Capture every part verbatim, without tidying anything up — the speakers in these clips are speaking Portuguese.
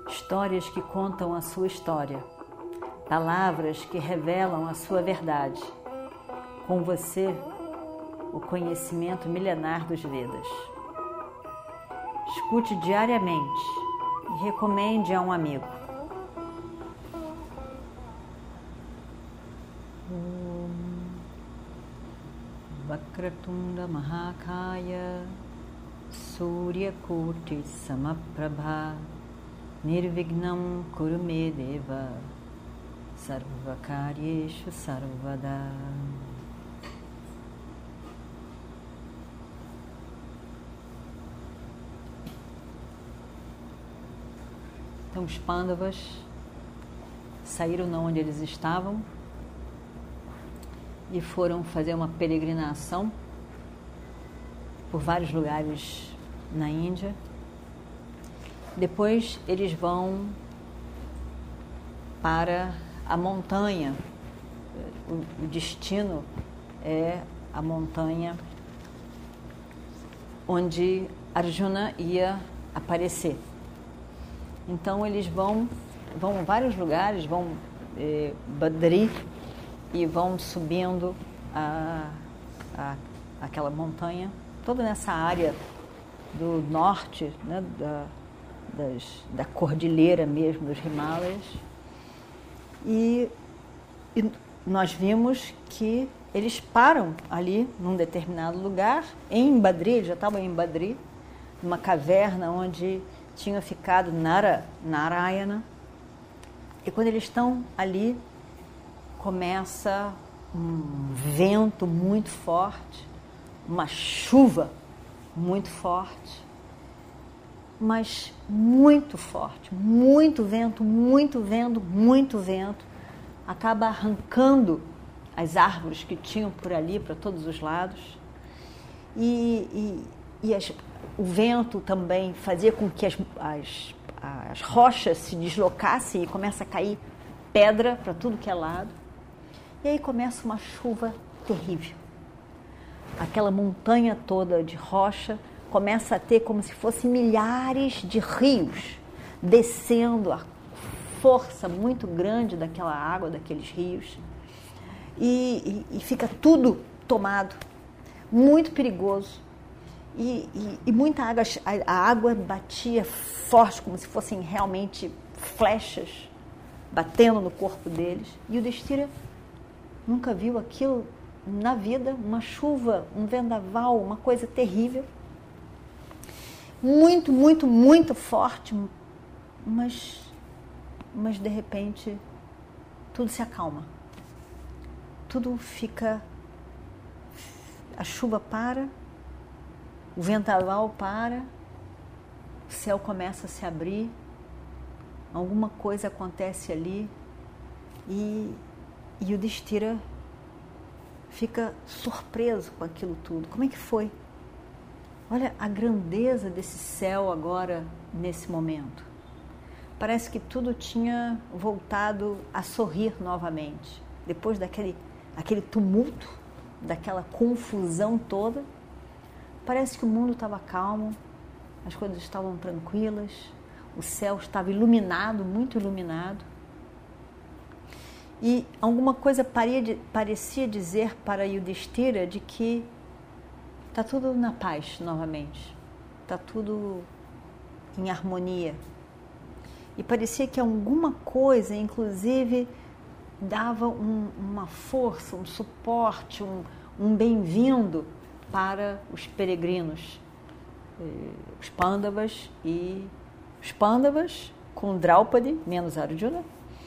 histórias que contam a sua história, palavras que revelam a sua verdade. Com você, o conhecimento milenar dos Vedas. Escute diariamente e recomende a um amigo. Vakratunda Mahakaya Surya Koti Samaprabha Nirvignam Kurume Deva Sarvakaryeshu Sarvada. Então os Pandavas saíram de onde eles estavam e foram fazer uma peregrinação por vários lugares na Índia. Depois eles vão para a montanha. O, o destino é a montanha onde Arjuna ia aparecer. Então eles vão, vão a vários lugares, vão eh, Badri e vão subindo a, a, aquela montanha, toda nessa área do norte, né, da, das, da cordilheira mesmo, dos Himalaias. E, e nós vimos que eles param ali num determinado lugar, em Badri, eles já estavam em Badri, numa caverna onde tinha ficado Nara, Narayana. E quando eles estão ali, começa um vento muito forte, uma chuva muito forte, mas muito forte, muito vento, muito vento, muito vento, acaba arrancando as árvores que tinham por ali, para todos os lados, e, e, e as, o vento também fazia com que as, as, as rochas se deslocassem e começa a cair pedra para tudo que é lado. E aí começa uma chuva terrível. Aquela montanha toda de rocha começa a ter como se fossem milhares de rios descendo, a força muito grande daquela água, daqueles rios. E, e, e fica tudo tomado, muito perigoso. E, e, e muita água, a, a água batia forte, como se fossem realmente flechas batendo no corpo deles. E o Yudhishthira nunca viu aquilo na vida, uma chuva, um vendaval, uma coisa terrível. Muito, muito, muito forte, mas, mas de repente tudo se acalma. Tudo fica, a chuva para, o vendaval para, o céu começa a se abrir, alguma coisa acontece ali e E o Yudhishthira fica surpreso com aquilo tudo. Como é que foi? Olha a grandeza desse céu agora, nesse momento. Parece que tudo tinha voltado a sorrir novamente. Depois daquele aquele tumulto, daquela confusão toda, parece que o mundo estava calmo, as coisas estavam tranquilas, o céu estava iluminado, muito iluminado. E alguma coisa parecia dizer para Yudhishthira de que está tudo na paz novamente, está tudo em harmonia. E parecia que alguma coisa, inclusive, dava um, uma força, um suporte, um, um bem-vindo para os peregrinos, os Pandavas e os Pandavas com Draupadi, menos Arjuna,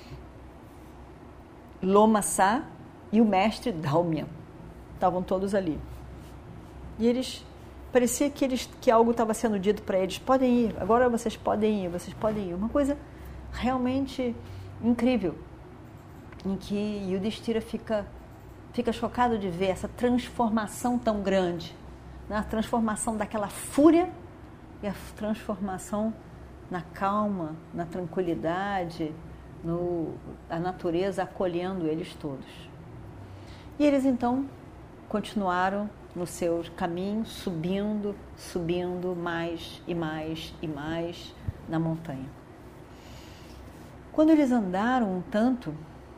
Lomasa e o mestre Dhaumya. Estavam todos ali. E eles, parecia que, eles, que algo estava sendo dito para eles, podem ir, agora vocês podem ir, vocês podem ir. Uma coisa realmente incrível, em que Yudhishthira fica, fica chocado de ver essa transformação tão grande, né? A transformação daquela fúria e a transformação na calma, na tranquilidade, no, a natureza acolhendo eles todos. E eles então continuaram no seu caminho, subindo, subindo mais e mais e mais na montanha. Quando eles andaram um tanto,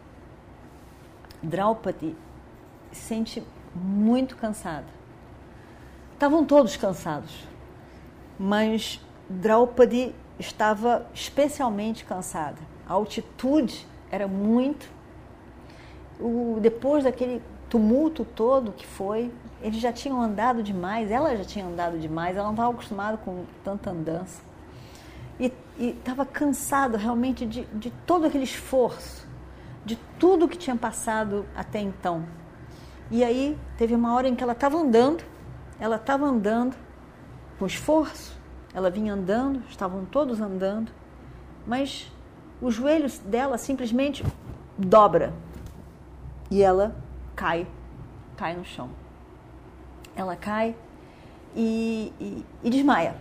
Draupadi se sente muito cansada. Estavam todos cansados, mas Draupadi estava especialmente cansada. A altitude era muito... O, depois daquele tumulto todo que foi, eles já tinham andado demais, ela já tinha andado demais, ela não estava acostumada com tanta andança. E estava cansada realmente de, de todo aquele esforço, de tudo que tinha passado até então. E aí teve uma hora em que ela estava andando, ela estava andando com esforço, ela vinha andando, estavam todos andando, mas os joelhos dela simplesmente dobra e ela cai, cai no chão. Ela cai e, e, e desmaia.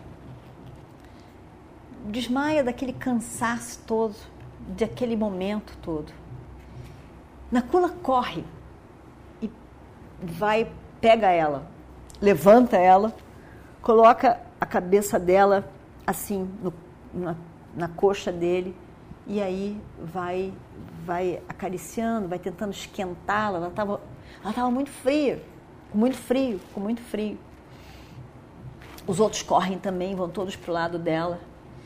Desmaia daquele cansaço todo, daquele momento todo. Nakula corre e vai, pega ela, levanta ela, coloca a cabeça dela assim no, na, na coxa dele e aí vai, vai acariciando, vai tentando esquentá-la. Ela estava ela estava muito fria, com muito frio, com muito frio. Os outros correm também, vão todos para o lado dela.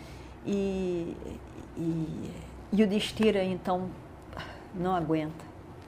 E, e, e o Yudhishthira, então, não aguenta.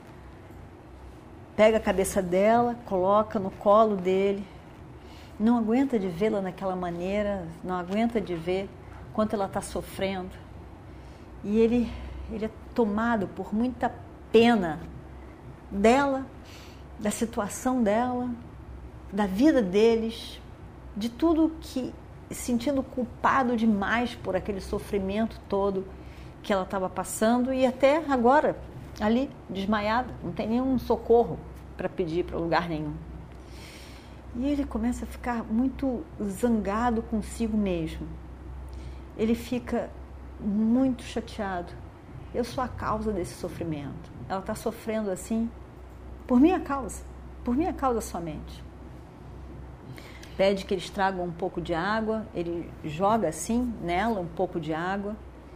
Pega a cabeça dela, coloca no colo dele, não aguenta de vê-la naquela maneira, não aguenta de ver quanto ela está sofrendo. E ele, ele é tomado por muita pena dela, da situação dela, da vida deles, de tudo que, sentindo culpado demais por aquele sofrimento todo que ela estava passando e até agora, ali, desmaiada, não tem nenhum socorro para pedir para lugar nenhum. E ele começa a ficar muito zangado consigo mesmo. Ele fica muito chateado. Eu sou a causa desse sofrimento. Ela está sofrendo assim por minha causa, por minha causa somente. Pede que eles tragam um pouco de água, ele joga assim nela um pouco de água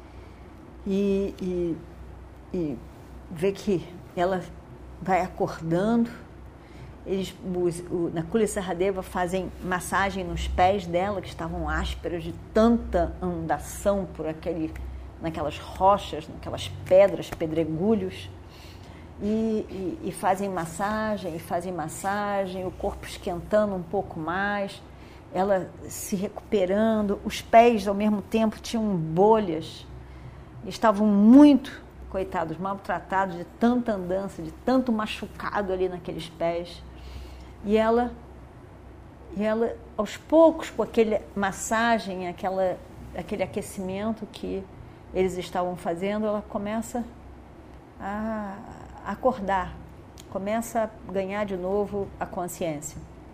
e, e, e vê que ela vai acordando. Eles, os, o, Nakula e Sahadeva fazem massagem nos pés dela, que estavam ásperos de tanta andação por aquele, naquelas rochas, naquelas pedras, pedregulhos. E, e, e fazem massagem, e fazem massagem, o corpo esquentando um pouco mais, ela se recuperando, os pés ao mesmo tempo tinham bolhas, estavam muito, coitados, maltratados de tanta andança, de tanto machucado ali naqueles pés. E ela, e ela aos poucos, com aquele massagem, aquela, aquele aquecimento que eles estavam fazendo, ela começa a acordar, começa a ganhar de novo a consciência.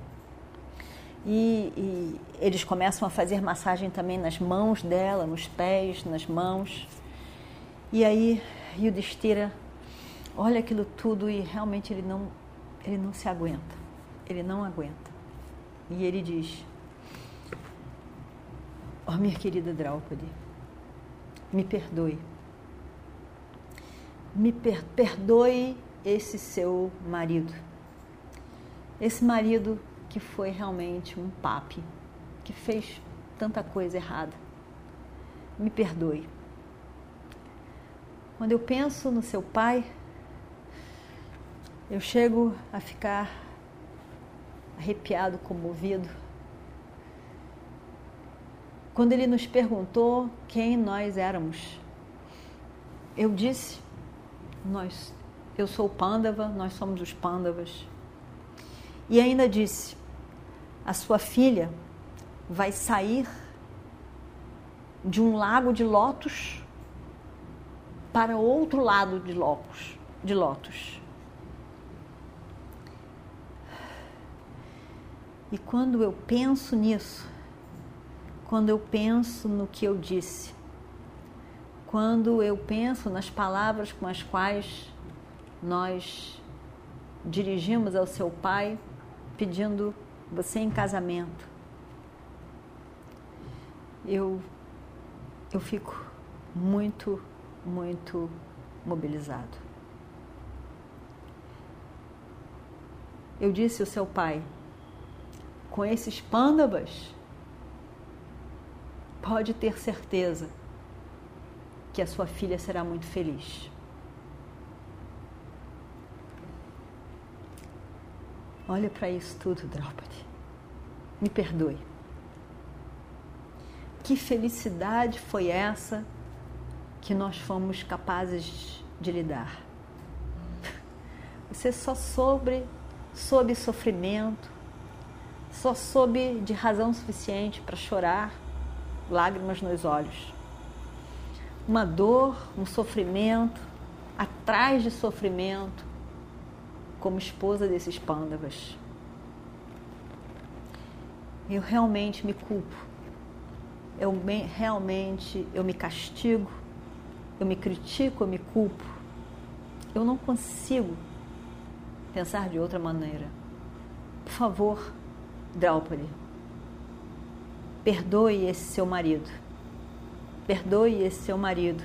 E, e eles começam a fazer massagem também nas mãos dela, nos pés, nas mãos. E aí Yudhishthira olha aquilo tudo e realmente ele não, ele não se aguenta, ele não aguenta. E ele diz: ó, oh, minha querida Draupadi, me perdoe. Me per- perdoe esse seu marido. Esse marido que foi realmente um papi, que fez tanta coisa errada. Me perdoe. Quando eu penso no seu pai, eu chego a ficar arrepiado, comovido. Quando ele nos perguntou quem nós éramos, eu disse: Nós, eu sou o Pandava, nós somos os Pandavas. E ainda disse: a sua filha vai sair de um lago de lótus para outro lado de lótus, de lótus. E quando eu penso nisso, quando eu penso no que eu disse, quando eu penso nas palavras com as quais nós dirigimos ao seu pai, pedindo você em casamento, eu, eu fico muito, muito mobilizado. Eu disse ao seu pai, com esses pândavas, pode ter certeza que a sua filha será muito feliz. Olha para isso tudo, Draupadi. Me perdoe. Que felicidade foi essa que nós fomos capazes de lidar? Você só soube, soube sofrimento, só soube de razão suficiente para chorar, lágrimas nos olhos. Uma dor, um sofrimento, atrás de sofrimento, como esposa desses pândavas. Eu realmente me culpo. Eu me, realmente eu me castigo, eu me critico, eu me culpo. Eu não consigo pensar de outra maneira. Por favor, Draupadi, perdoe esse seu marido. Perdoe esse seu marido.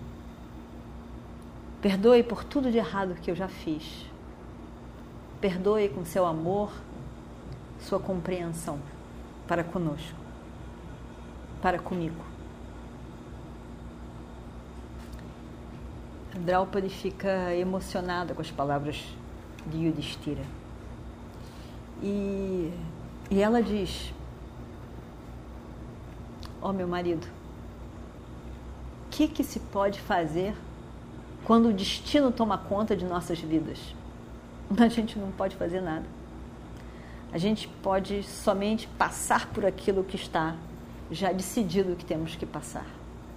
Perdoe por tudo de errado que eu já fiz. Perdoe com seu amor, sua compreensão para conosco, para comigo. Draupadi fica emocionada com as palavras de Yudhishthira. E, e ela diz, ó meu marido, o que que se pode fazer quando o destino toma conta de nossas vidas? A gente não pode fazer nada. A gente pode somente passar por aquilo que está já decidido que temos que passar.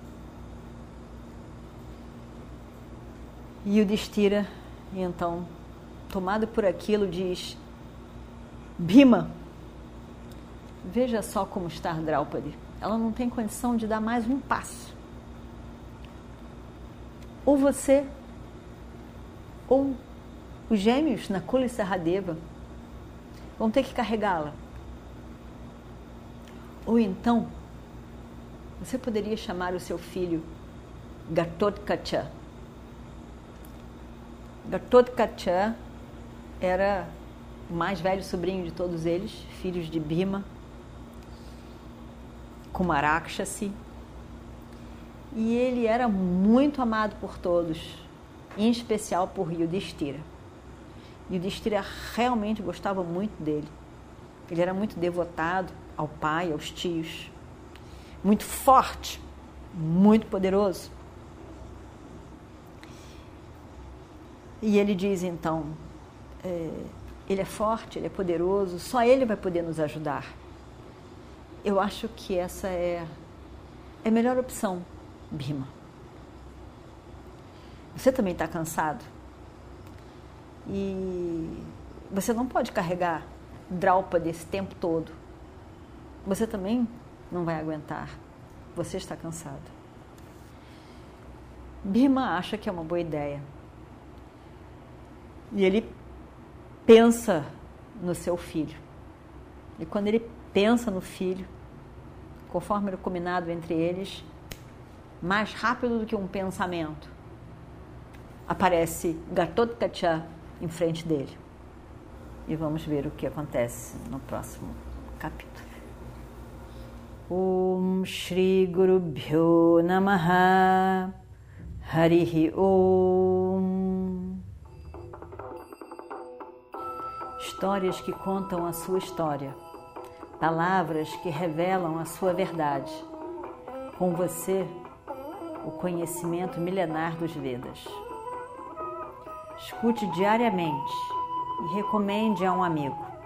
E o Yudhishthira, então, tomado por aquilo, diz, Bhima, veja só como está Draupadi. Ela não tem condição de dar mais um passo. Ou você, ou os gêmeos, Nakula e Sahadeva, vão ter que carregá-la. Ou então, você poderia chamar o seu filho Ghatotkacha. Ghatotkacha era o mais velho sobrinho de todos eles, filhos de Bhima, Kumarakshasi, e ele era muito amado por todos, em especial por Yudhishthira. Yudhishthira realmente gostava muito dele. Ele era muito devotado ao pai, aos tios, muito forte, muito poderoso. E ele diz então, é, ele é forte, ele é poderoso, só ele vai poder nos ajudar. Eu acho que essa é, é a melhor opção, Bhima. Você também está cansado? E você não pode carregar Draupadi esse tempo todo. Você também não vai aguentar. Você está cansado. Bhima acha que é uma boa ideia. E ele pensa no seu filho. E quando ele pensa no filho, conforme era combinado entre eles, mais rápido do que um pensamento, aparece Ghatotkacha em frente dele. E vamos ver o que acontece no próximo capítulo. Om Shri Guru Bhyo Namaha Harihi Om. Histórias que contam a sua história, palavras que revelam a sua verdade. Com você, o conhecimento milenar dos Vedas. Escute diariamente e recomende a um amigo.